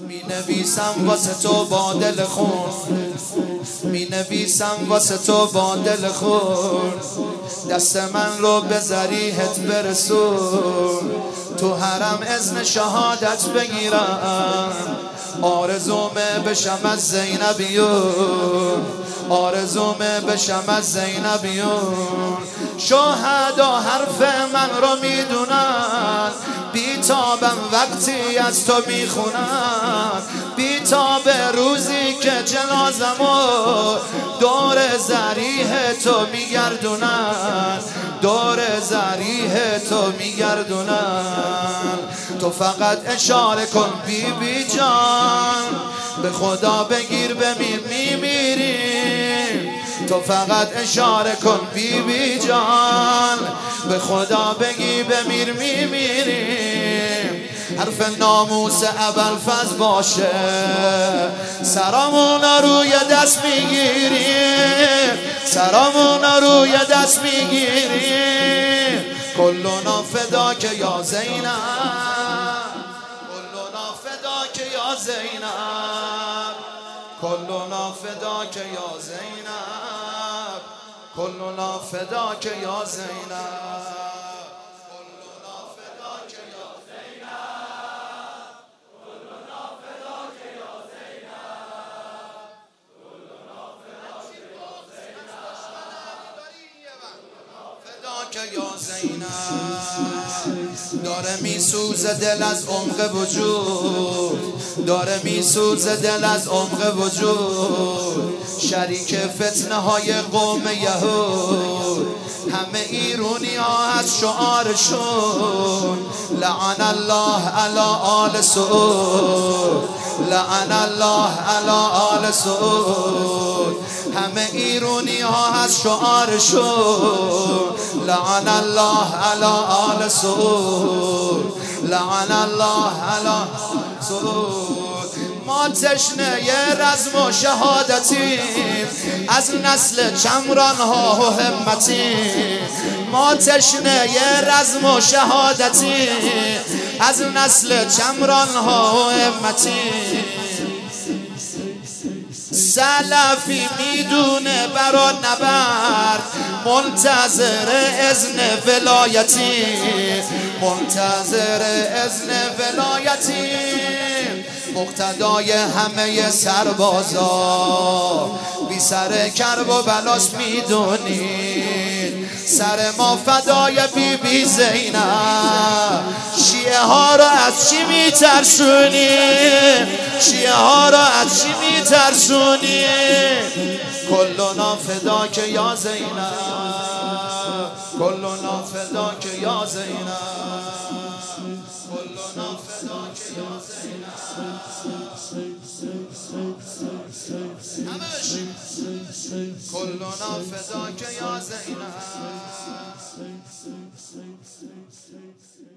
می نویسم واسه تو با دل خون، می نویسم واسه تو با دل خون، دست من رو به ذریحت برسون، تو حرم اذن شهادت بگیرم، آرزومه بشم از زینبیون، آرزومه بشم از زینبیون. شهدا حرف من رو میدونن، بیتابم وقتی از تو میخونن، بیتاب روزی که جنازمو دور ذریح تو میگردونن، دور ذریح تو میگردونن. تو فقط اشاره کن بی بی جان، به خدا بگیر بمیر میمیریم. تو فقط اشاره کن بی بی جان، به خدا بگی بمیر میمیریم. حرف ناموس ابوالفضل باشه، سرامون روی دست میگیریم، سرامون روی دست میگیریم. کلنا فداک یا زینب، کلنا فداک یا زینب، کلنا فداک یا زینب، کلنا فداک یا زینب. یا زینب داره میسوزه دل از عمق وجود، داره میسوزه دل از عمق وجود. شریک فتنه های قوم یهود، همه ایرونی ها از شعارشون. لعن الله علی آل سعود، لعن الله علی آل سعود. همه ایرونی ها از شعارشون. لعن الله علی آل سعود، لعن الله علی سعود. ما تشنه رزم و شهادتیم، از نسل چمران ها و همتیم. ما تشنه رزم و شهادتیم، از نسل چمران ها و همتیم. سلفی میدونه برا نبرد، منتظر اذن ولایتی، منتظر اذن ولایتی. مقتدای همه سربازا، بی سر کرب و بلاس میدونید، سر ما فدای بی بی زینب. شیعه ها را از چی میترسونی؟ شیعه ها را از چی میترسونی؟ کلنا فداک یا زینب، کلنا فداک یا زینب، کلنا فداک یا زینب. همش کلنا فداک یا زینب.